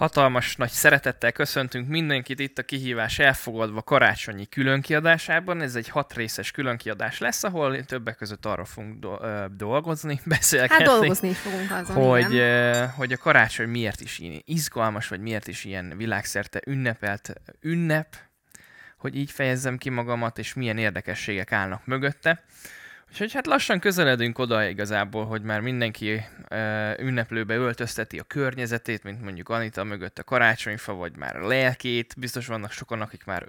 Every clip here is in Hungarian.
Hatalmas nagy szeretettel köszöntünk mindenkit itt a Kihívás elfogadva karácsonyi különkiadásában. Ez egy 6 részes különkiadás lesz, ahol többek között arról fogunk dolgozni, beszélgetni. Hát dolgozni is fogunk azon, hogy a karácsony miért is ilyen izgalmas, vagy miért is ilyen világszerte ünnepelt ünnep, hogy így fejezzem ki magamat, és milyen érdekességek állnak mögötte. Úgyhogy hát lassan közeledünk oda igazából, hogy már mindenki ünneplőbe öltözteti a környezetét, mint mondjuk Anita mögött a karácsonyfa, vagy már a lelkét. Biztos vannak sokan, akik már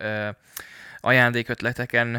ajándékötleteken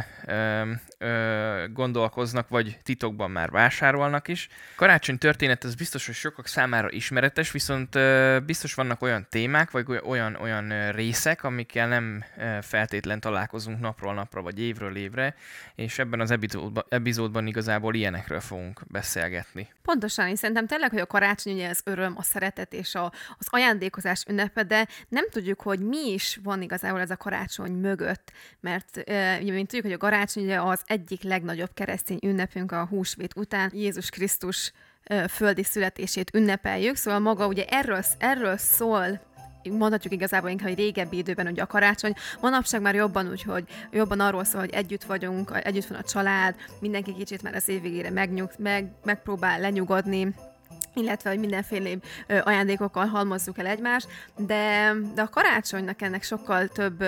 gondolkoznak, vagy titokban már vásárolnak is. Karácsony történet az biztos, hogy sokak számára ismeretes, viszont biztos vannak olyan témák, vagy olyan részek, amikkel nem feltétlen találkozunk napról napra, vagy évről évre, és ebben az epizódban igazából ilyenekről fogunk beszélgetni. Pontosan, és szerintem tényleg, hogy a karácsony ugye az öröm, a szeretet és az ajándékozás ünnepe, de nem tudjuk, hogy mi is van igazából ez a karácsony mögött, mert ugye, mint tudjuk, hogy a karácsony ugye az egyik legnagyobb keresztény ünnepünk a húsvét után, Jézus Krisztus földi születését ünnepeljük, szóval maga ugye erről szól, mondhatjuk igazából inkább, hogy régebbi időben ugye a karácsony, manapság már jobban úgy, hogy jobban arról szól, hogy együtt vagyunk, együtt van a család, mindenki kicsit már az év végére megpróbál lenyugodni, illetve, hogy mindenféle ajándékokkal halmozzuk el egymást, de a karácsonynak ennek sokkal több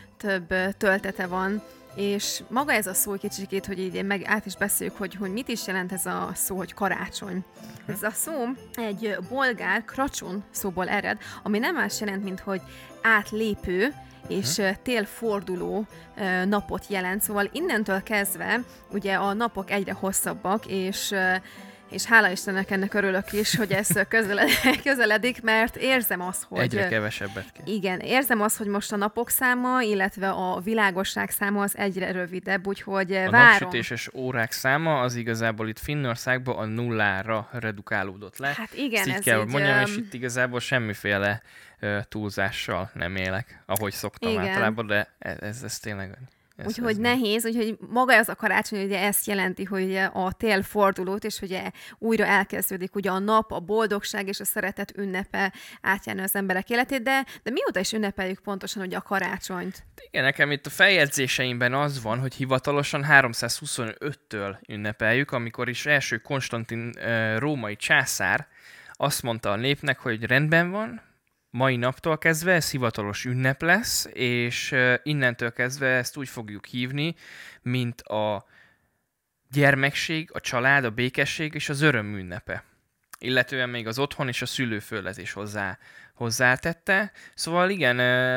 töltete van, és maga ez a szó kicsikét, hogy így meg át is beszéljük, hogy mit is jelent ez a szó, hogy karácsony. Ez a szó egy bolgár kracsun szóból ered, ami nem más jelent, mint hogy átlépő, és télforduló napot jelent. Szóval innentől kezdve ugye a napok egyre hosszabbak, és hála Istennek ennek örülök is, hogy ez közeledik, mert érzem azt, hogy... Egyre kevesebbet kell. Igen, érzem azt, hogy most a napok száma, illetve a világosság száma az egyre rövidebb, úgyhogy várom. A napsütéses órák száma az igazából itt Finnországban a nullára redukálódott le. Hát igen, így ez kell, így... mondjam, és itt igazából semmiféle túlzással nem élek, ahogy szoktam igen. általában, de ez tényleg... Úgyhogy nehéz, úgyhogy maga az a karácsony, ugye ezt jelenti, hogy a tél fordulót, és ugye újra elkezdődik ugye a nap, a boldogság és a szeretet ünnepe átjárni az emberek életét, de mióta is ünnepeljük pontosan ugye a karácsonyt? Igen, nekem itt a feljegyzéseimben az van, hogy hivatalosan 325-től ünnepeljük, amikor is első Konstantin római császár azt mondta a népnek, hogy rendben van, mai naptól kezdve ez hivatalos ünnep lesz, és innentől kezdve ezt úgy fogjuk hívni, mint a gyermekség, a család, a békesség és az öröm ünnepe. Illetően még az otthon és a szülőföld is hozzátette. Szóval igen,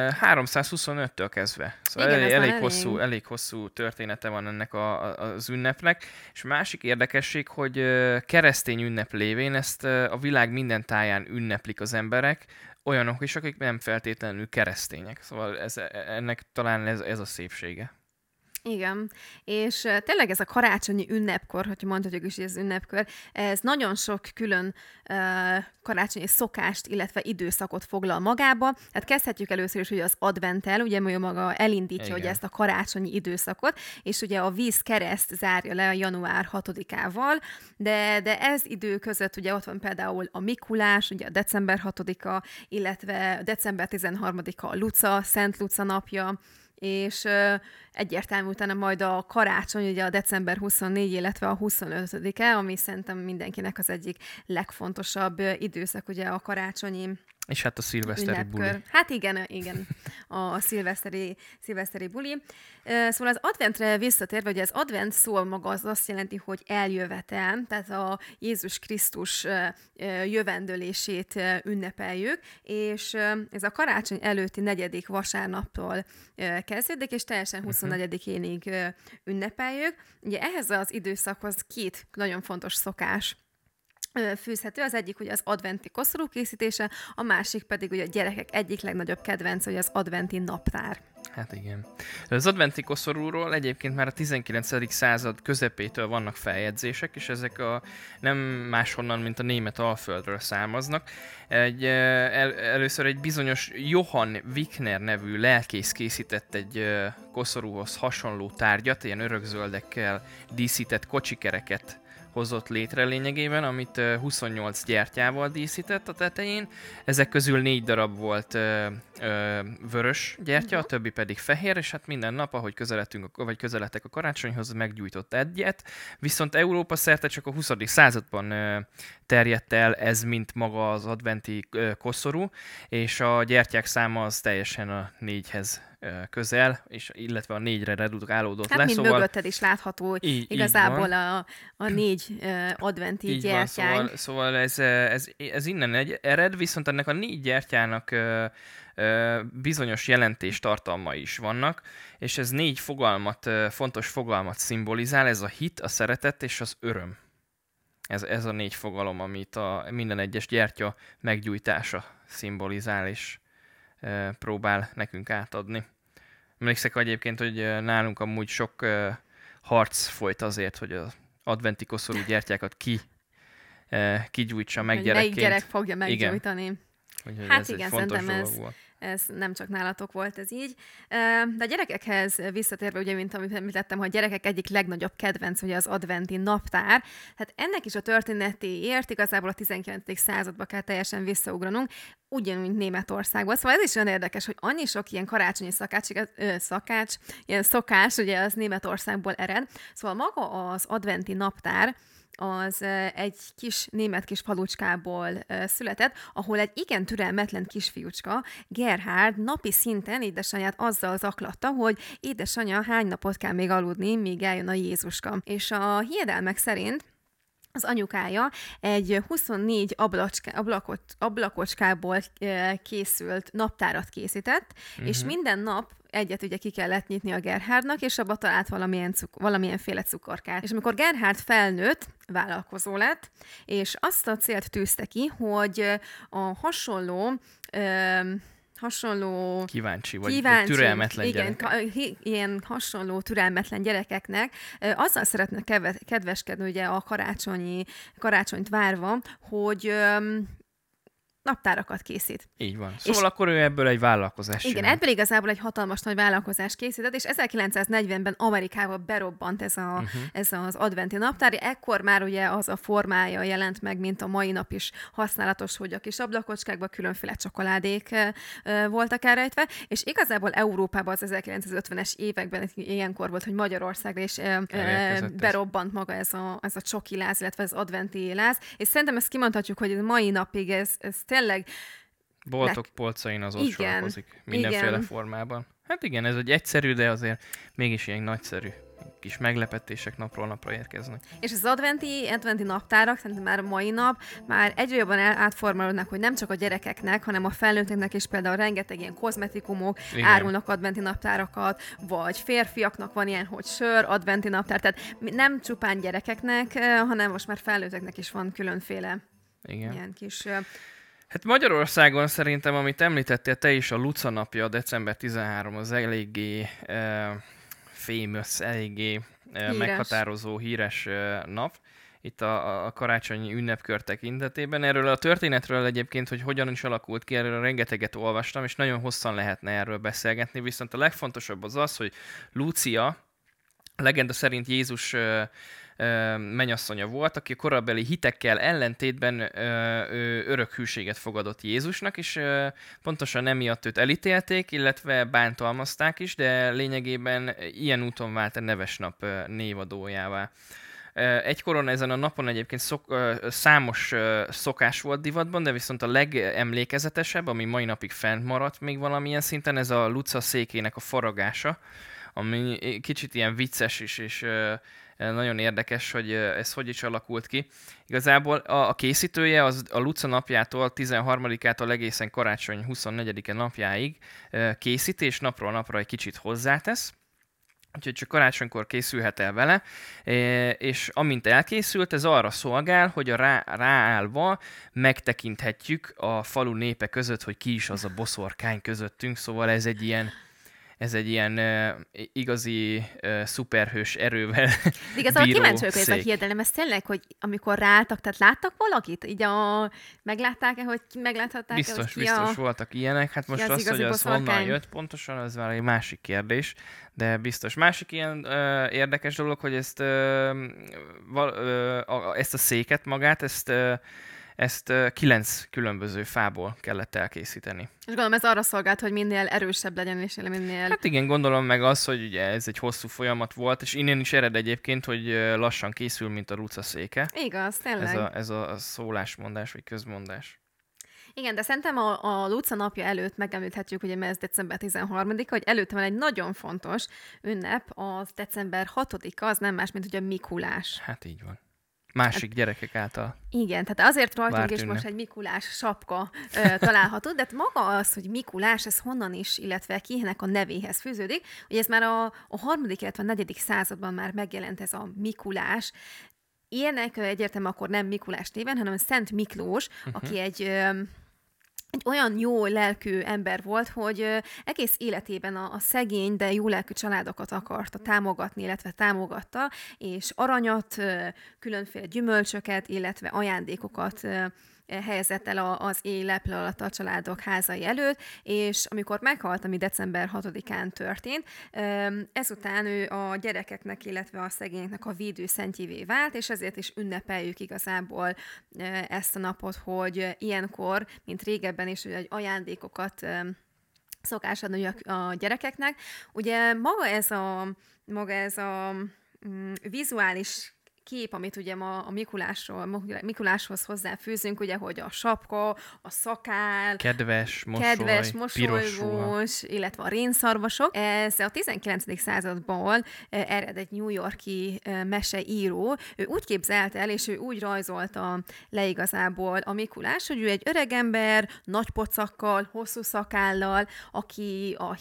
325-től kezdve. Szóval igen, elég hosszú története van ennek az ünnepnek. És másik érdekesség, hogy keresztény ünnep lévén ezt a világ minden táján ünneplik az emberek, olyanok is, akik nem feltétlenül keresztények. Szóval ennek talán ez a szépsége. Igen, és tényleg ez a karácsonyi ünnepkor, hogyha mondhatjuk is, hogy ez ünnepkör, ez nagyon sok külön karácsonyi szokást, illetve időszakot foglal magába. Tehát kezdhetjük először is ugye az adventtel, ugye maga elindítja ugye ezt a karácsonyi időszakot, és ugye a vízkereszt zárja le a január 6-ával, de ez idő között ugye ott van például a Mikulás, ugye a december 6-a, illetve december 13-a a Luca, Szent Luca napja, és egyértelmű utána majd a karácsony, ugye a december 24, illetve a 25-e, ami szerintem mindenkinek az egyik legfontosabb időszak, ugye a karácsonyi és hát a szilveszteri buli. Hát igen, a szilveszteri buli. Szóval az adventre visszatérve, hogy az advent szó maga az azt jelenti, hogy eljövetel, tehát a Jézus Krisztus jövendőlését ünnepeljük, és ez a karácsony előtti 4. vasárnaptól kezdődik, és teljesen 24-énig ünnepeljük. Ugye ehhez az időszakhoz 2 nagyon fontos szokás fűzhető. Az egyik ugye az adventi koszorú készítése, a másik pedig ugye a gyerekek egyik legnagyobb kedvence, hogy az adventi naptár. Hát igen. Az adventi koszorúról egyébként már a 19. század közepétől vannak feljegyzések, és ezek nem máshonnan, mint a német Alföldről származnak. Először egy bizonyos Johann Wickner nevű lelkész készített egy koszorúhoz hasonló tárgyat, ilyen örökzöldekkel díszített kocsikereket hozott létre lényegében, amit 28 gyertyával díszített a tetején. Ezek közül 4 darab volt vörös gyertya, a többi pedig fehér, és hát minden nap, ahogy közeledtek a karácsonyhoz, meggyújtott egyet. Viszont Európa szerte csak a 20. században terjedt el ez, mint maga az adventi koszorú, és a gyertyák száma az teljesen a 4-hez közel, és illetve a 4-re redukálódott hát le. Mint szóval mögötted is látható igazából a 4 adventi így gyertyánk. van, szóval ez innen ered, viszont ennek a 4 gyertyának bizonyos jelentéstartalmai is vannak, és ez 4 fontos fogalmat szimbolizál, ez a hit, a szeretet és az öröm. Ez a 4 fogalom, amit minden egyes gyertya meggyújtása szimbolizál, és próbál nekünk átadni. Emlékszek egyébként, hogy nálunk amúgy sok harc folyt azért, hogy az adventi koszorú gyertyákat kigyújtsa meg gyerekként. Melyik gyerek fogja meggyújtani. Igen. Hát igen, szerintem ez nem csak nálatok volt ez így. De a gyerekekhez visszatérve, ugye, mint amit említettem, hogy a gyerekek egyik legnagyobb kedvenc, ugye az adventi naptár. Tehát ennek is a történetéért igazából a 19. századba kell teljesen visszaugranunk, ugyanúgy mint Németországban. Szóval ez is olyan érdekes, hogy annyi sok ilyen karácsonyi ilyen szokás, ugye az Németországból ered. Szóval maga az adventi naptár, az egy német kis falucskából született, ahol egy igen türelmetlen kisfiúcska, Gerhard, napi szinten édesanyját azzal zaklatta, hogy édesanyja, hány napot kell még aludni, míg eljön a Jézuska. És a hiedelmek szerint az anyukája egy 24 ablakocskából készült naptárat készített, és minden nap egyet ugye ki kellett nyitni a Gerhardnak, és abba talált valamilyenféle cukorkát. És amikor Gerhard felnőtt, vállalkozó lett, és azt a célt tűzte ki, hogy a hasonló kíváncsi türelmetlen gyerekek. Ilyen hasonló türelmetlen gyerekeknek azzal szeretne kedveskedni ugye a karácsonyt várva, hogy naptárakat készít. Így van. Szóval akkor ő ebből egy vállalkozást csinált. Igen, ebből igazából egy hatalmas nagy vállalkozást készített, és 1940-ben Amerikában berobbant ez az adventi naptár. Ekkor már ugye az a formája jelent meg, mint a mai nap is használatos, hogy a kis ablakocskákban különféle csokoládék voltak elrejtve, és igazából Európában az 1950-es években ilyenkor volt, hogy Magyarországra is berobbant maga ez a csokiláz, illetve az adventi láz, és szerintem ezt kimondhatjuk, hogy mai napig ez tényleg... Boltok polcain az ott sorakozik mindenféle formában. Hát igen, ez egy egyszerű, de azért mégis ilyen nagyszerű kis meglepetések napról napra érkeznek. És az adventi naptárak, szerintem már a mai nap már egyre jobban átformálódnak, hogy nem csak a gyerekeknek, hanem a felnőtteknek is például rengeteg ilyen kozmetikumok árulnak adventi naptárakat, vagy férfiaknak van ilyen, hogy sör, adventi naptár, tehát nem csupán gyerekeknek, hanem most már felnőtteknek is van különféle ilyen kis... Hát Magyarországon szerintem, amit említettél te is, a Luca napja, december 13, az eléggé famous, eléggé meghatározó, híres nap. Itt a karácsonyi ünnepkör tekintetében. Erről a történetről egyébként, hogy hogyan is alakult ki, erről rengeteget olvastam, és nagyon hosszan lehetne erről beszélgetni, viszont a legfontosabb az, hogy Lúcia, a legenda szerint Jézus mennyasszonya volt, aki a korabeli hitekkel ellentétben örök hűséget fogadott Jézusnak, és pontosan emiatt őt elítélték, illetve bántalmazták is, de lényegében ilyen úton vált a neves nap névadójává. Egykoron ezen a napon egyébként számos szokás volt divatban, de viszont a legemlékezetesebb, ami mai napig fent maradt még valamilyen szinten, ez a Luca székének a faragása, ami kicsit ilyen vicces is, és nagyon érdekes, hogy ez hogy is alakult ki. Igazából a készítője az a Luca napjától, 13-ától egészen karácsony 24-e napjáig készít, és napról napra egy kicsit hozzátesz. Úgyhogy csak karácsonykor készülhet el vele, és amint elkészült, ez arra szolgál, hogy a ráállva megtekinthetjük a falu népe között, hogy ki is az a boszorkány közöttünk, szóval ez egy ez egy ilyen igazi szuperhős erővel Igazából bíró kíváncsi vagyok, hogy ez a szék. hiedelem, ez tényleg, hogy amikor ráálltak, tehát láttak valakit? Így meglátták-e, hogy megláthatták-e, hogy Biztos voltak ilyenek. Hát most az az, igazi hogy az honnan boszorkány? jött pontosan, az már egy másik kérdés, de biztos. Másik ilyen érdekes dolog, hogy ezt a széket magát, ezt 9 különböző fából kellett elkészíteni. És gondolom ez arra szolgált, hogy minél erősebb legyen, és minél... Hát igen, gondolom meg az, hogy ugye ez egy hosszú folyamat volt, és innen is ered egyébként, hogy lassan készül, mint a ruca széke. Igaz, tényleg. Ez a szólásmondás, vagy közmondás. Igen, de szerintem a Luca napja előtt megemlíthetjük, ugye, mert ez december 13-a, hogy előtte van egy nagyon fontos ünnep, az december 6-a, az nem más, mint ugye Mikulás. Hát így van. Másik gyerekek által. Igen, tehát azért rajtunk várt is ünnep. most egy Mikulás sapka található, de maga az, hogy Mikulás, ez honnan is, illetve kinek a nevéhez fűződik, hogy ez már a 3., illetve a 4. században már megjelent ez a Mikulás. Ilyenek egyértelműen akkor nem Mikulás néven, hanem Szent Miklós, aki egy olyan jó lelkű ember volt, hogy egész életében a szegény, de jó lelkű családokat akarta támogatni, illetve támogatta, és aranyat, különféle gyümölcsöket, illetve ajándékokat helyezett el az éj leple alatt a családok házai előtt, és amikor meghalt, ami december 6-án történt, ezután ő a gyerekeknek, illetve a szegényeknek a védőszentjévé vált, és ezért is ünnepeljük igazából ezt a napot, hogy ilyenkor, mint régebben is, hogy ajándékokat szokás adni a gyerekeknek. Ugye maga ez a vizuális kép, amit ugye ma a Mikuláshoz hozzáfűzünk, ugye, hogy a sapka, a szakál, Kedves, mosolygós, illetve a rénszarvasok. Ez a 19. századból ered egy New York-i meseíró. Ő úgy képzelte el, és ő úgy rajzolta le igazából a Mikulás, hogy ő egy öregember, nagy pocakkal, hosszú szakállal, aki a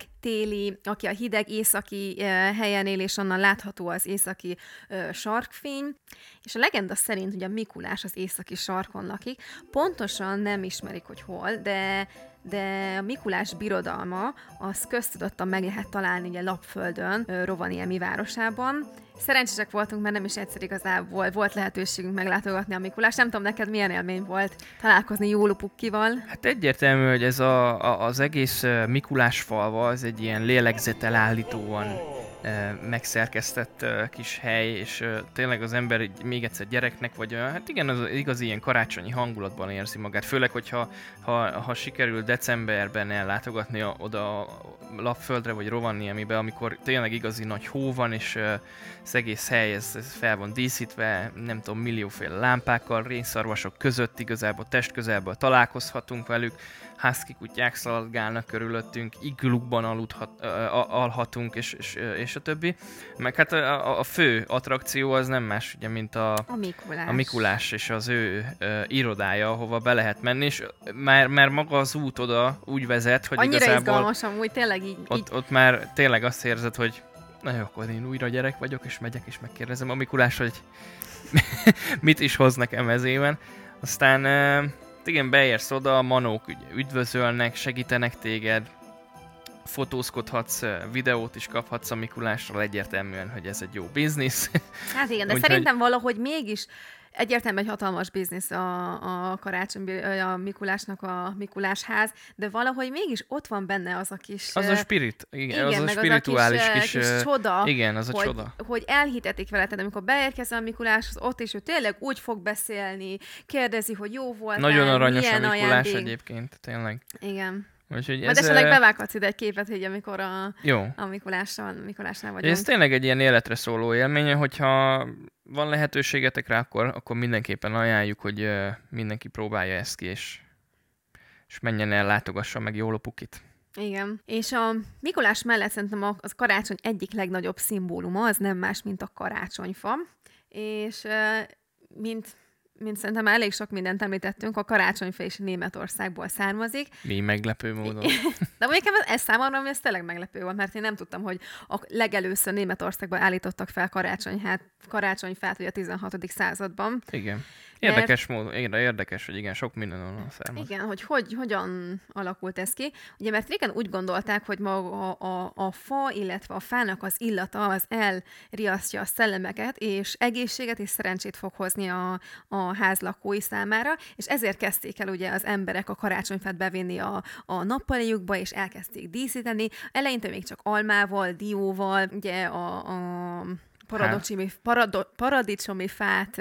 hideg északi helyen él, és onnan látható az északi sarkfény, és a legenda szerint ugye a Mikulás az északi sarkon lakik. Pontosan nem ismerik, hogy hol, de a Mikulás birodalma az köztudottan meg lehet találni ugye Lapföldön, Rovaniemi városában. Szerencsések voltunk, mert nem is egyszer igazából volt lehetőségünk meglátogatni a Mikulást. Nem tudom, neked milyen élmény volt találkozni Jólupukkival? Hát egyértelmű, hogy ez az egész Mikulás falva, az egy ilyen lélegzetelállítóan megszerkesztett kis hely, és tényleg az ember még egyszer gyereknek, vagy hát igen, az igazi ilyen karácsonyi hangulatban érzi magát. Főleg, hogyha ha sikerül decemberben ellátogatni oda a Lapföldre, vagy Rovaniemibe, amikor tényleg igazi nagy hó van, és az egész hely ez fel van díszítve, nem tudom, millióféle lámpákkal, rénszarvasok között igazából testközelből találkozhatunk velük, husky kutyák szaladgálnak körülöttünk, iglukban alhatunk, és a többi. Meg hát a fő attrakció az nem más, ugye, mint a Mikulás és az ő irodája, ahova be lehet menni, és már maga az út oda úgy vezet, hogy annyira igazából izgalmas amúgy, tényleg így. Ott már tényleg azt érzed, hogy na jó, akkor én újra gyerek vagyok, és megyek, és megkérdezem a Mikulás, hogy mit is hoz nekem mezében. Aztán igen, beérsz oda, a manók üdvözölnek, segítenek téged, fotózkodhatsz, videót is kaphatsz a Mikulásról, egyértelműen, hogy ez egy jó biznisz. Hát igen, de szerintem valahogy mégis egyértelműen egy hatalmas biznisz a Mikulásnak a Mikulásház, de valahogy mégis ott van benne az a kis... Az a spirit, igen az a meg spirituális az a kis csoda. Igen, az a hogy, csoda. Hogy elhitetik veled, tehát amikor beérkezel a Mikuláshoz, ott is ő tényleg úgy fog beszélni, kérdezi, hogy jó volt. Nagyon aranyos a Mikulás ajándék. Egyébként, tényleg. Igen. Úgyhogy majd esetleg bevághatsz ide egy képet, hogy amikor a Mikulásnál vagyunk. Ez tényleg egy ilyen életre szóló élmény, hogyha van lehetőségetek rá, akkor mindenképpen ajánljuk, hogy mindenki próbálja ezt ki, és menjen el, látogassa meg Jólopukit. Igen. És a Mikulás mellett szerintem az karácsony egyik legnagyobb szimbóluma, az nem más, mint a karácsonyfa. És mint szerintem elég sok mindent említettünk, a karácsonyfa is Németországból származik. Mi meglepő módon. De mondjuk ez számomra, ez tényleg meglepő volt, mert én nem tudtam, hogy a legelőször Németországban állítottak fel karácsonyfát ugye a 16. században. Igen. Érdekes, hogy igen, sok minden onnan származik. Igen, hogy hogyan alakult ez ki. Ugye, mert régen úgy gondolták, hogy maga a fa, illetve a fának az illata az elriasztja a szellemeket, és egészséget és szerencsét fog hozni a ház lakói számára, és ezért kezdték el ugye az emberek a karácsonyfát bevinni a nappaliukba, és elkezdték díszíteni. Eleinte még csak almával, dióval, ugye a paradicsomi fát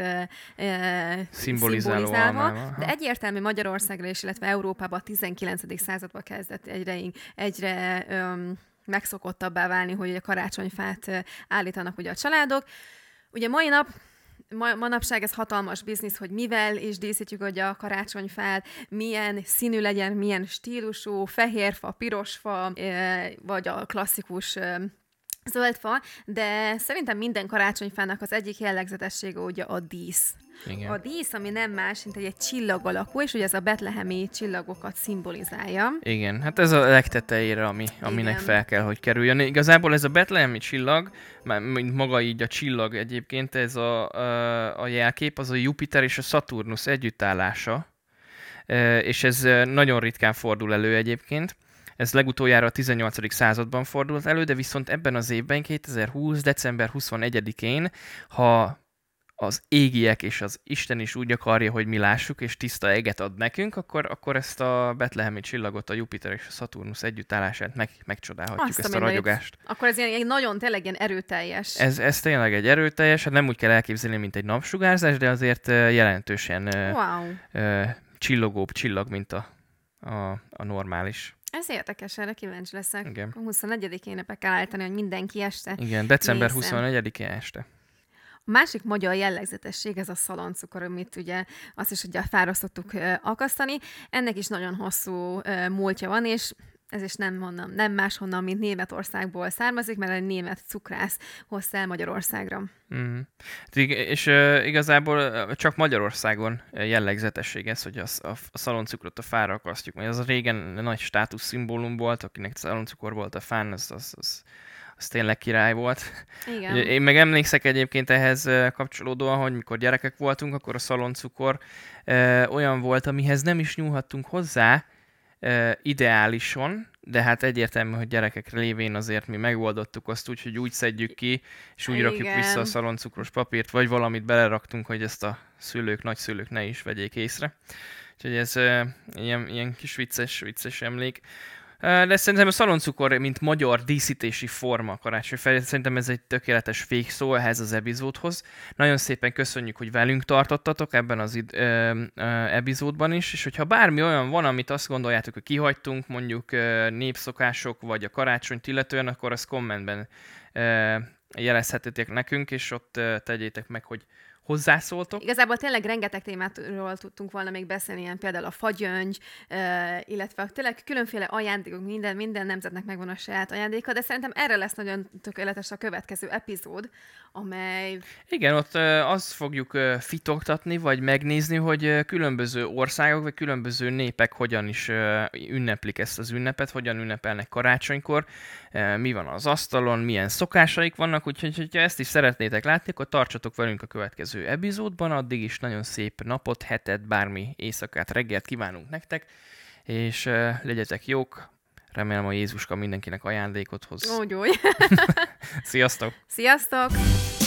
szimbolizálva, de egyértelmű Magyarországra is, illetve Európában a 19. században kezdett egyre megszokottabbá válni, hogy a karácsonyfát állítanak ugye a családok. Ugye manapság ez hatalmas biznisz, hogy mivel is díszítjük ugye a karácsonyfát, milyen színű legyen, milyen stílusú, fehérfa, pirosfa, vagy a klasszikus zöld fa, de szerintem minden karácsonyfának az egyik jellegzetessége ugye a dísz. Igen. A dísz, ami nem más, mint egy csillag alakú, és ugye ez a betlehemi csillagokat szimbolizálja. Igen, hát ez a legtetejére, aminek fel kell, hogy kerüljön. Igazából ez a betlehemi csillag, mint maga így a csillag egyébként, ez a jelkép, az a Jupiter és a Szaturnusz együttállása, és ez nagyon ritkán fordul elő egyébként. Ez legutoljára a 18. században fordult elő, de viszont ebben az évben, 2020. december 21-én, ha az égiek és az Isten is úgy akarja, hogy mi lássuk, és tiszta eget ad nekünk, akkor ezt a betlehemi csillagot, a Jupiter és a Szaturnusz együttállását megcsodálhatjuk, ezt a ragyogást. Akkor ez nagyon tényleg ilyen erőteljes. Ez tényleg egy erőteljes, hát nem úgy kell elképzelni, mint egy napsugárzás, de azért jelentősen csillogóbb csillag, mint a normális. Ez érdekes, erre kíváncsi leszek. Igen. A 24-én be kell állítani, hogy mindenki este. Igen, december 24-én este. A másik magyar jellegzetesség ez a szaloncukor, amit ugye azt is ugye fára szoktuk akasztani. Ennek is nagyon hosszú múltja van, és ez is nem máshonnan, mint Németországból származik, mert egy német cukrász hozta el Magyarországra. Mm. És igazából csak Magyarországon jellegzetesség ez, hogy a szaloncukrot a fára akasztjuk. Mert az régen nagy státuszszimbólum volt, akinek szaloncukor volt a fán, az tényleg király volt. Igen. Én meg emlékszek egyébként ehhez kapcsolódóan, hogy mikor gyerekek voltunk, akkor a szaloncukor olyan volt, amihez nem is nyúlhattunk hozzá ideálison, de hát egyértelmű, hogy gyerekek lévén azért mi megoldottuk azt úgy, hogy úgy szedjük ki, és úgy rakjuk vissza a szaloncukros papírt, vagy valamit beleraktunk, hogy ezt a nagyszülők ne is vegyék észre. Úgyhogy ez ilyen kis vicces emlék. De szerintem a szaloncukor, mint magyar díszítési forma karácsonyfára, szerintem ez egy tökéletes végszó ehhez az epizódhoz. Nagyon szépen köszönjük, hogy velünk tartottatok ebben az epizódban is, és hogyha bármi olyan van, amit azt gondoljátok, hogy kihagytunk, mondjuk népszokások, vagy a karácsonyt illetően, akkor azt kommentben jelezhetitek nekünk, és ott tegyétek meg, hogy hozzászóltok. Igazából tényleg rengeteg témáról tudtunk volna még beszélni, ilyen például a fagyöngy, illetve tényleg különféle ajándékok, minden nemzetnek megvan a saját ajándéka, de szerintem erre lesz nagyon tökéletes a következő epizód, amely... Igen, ott azt fogjuk fitoktatni, vagy megnézni, hogy különböző országok, vagy különböző népek hogyan is ünneplik ezt az ünnepet, hogyan ünnepelnek karácsonykor, mi van az asztalon, milyen szokásaik vannak, úgyhogy ha ezt is szeretnétek látni, akkor tartsatok velünk a következő epizódban, addig is nagyon szép napot, hetet, bármi éjszakát, reggelt kívánunk nektek, és legyetek jók, remélem a Jézuska mindenkinek ajándékot hoz. Ó, gyógy! Sziasztok! Sziasztok!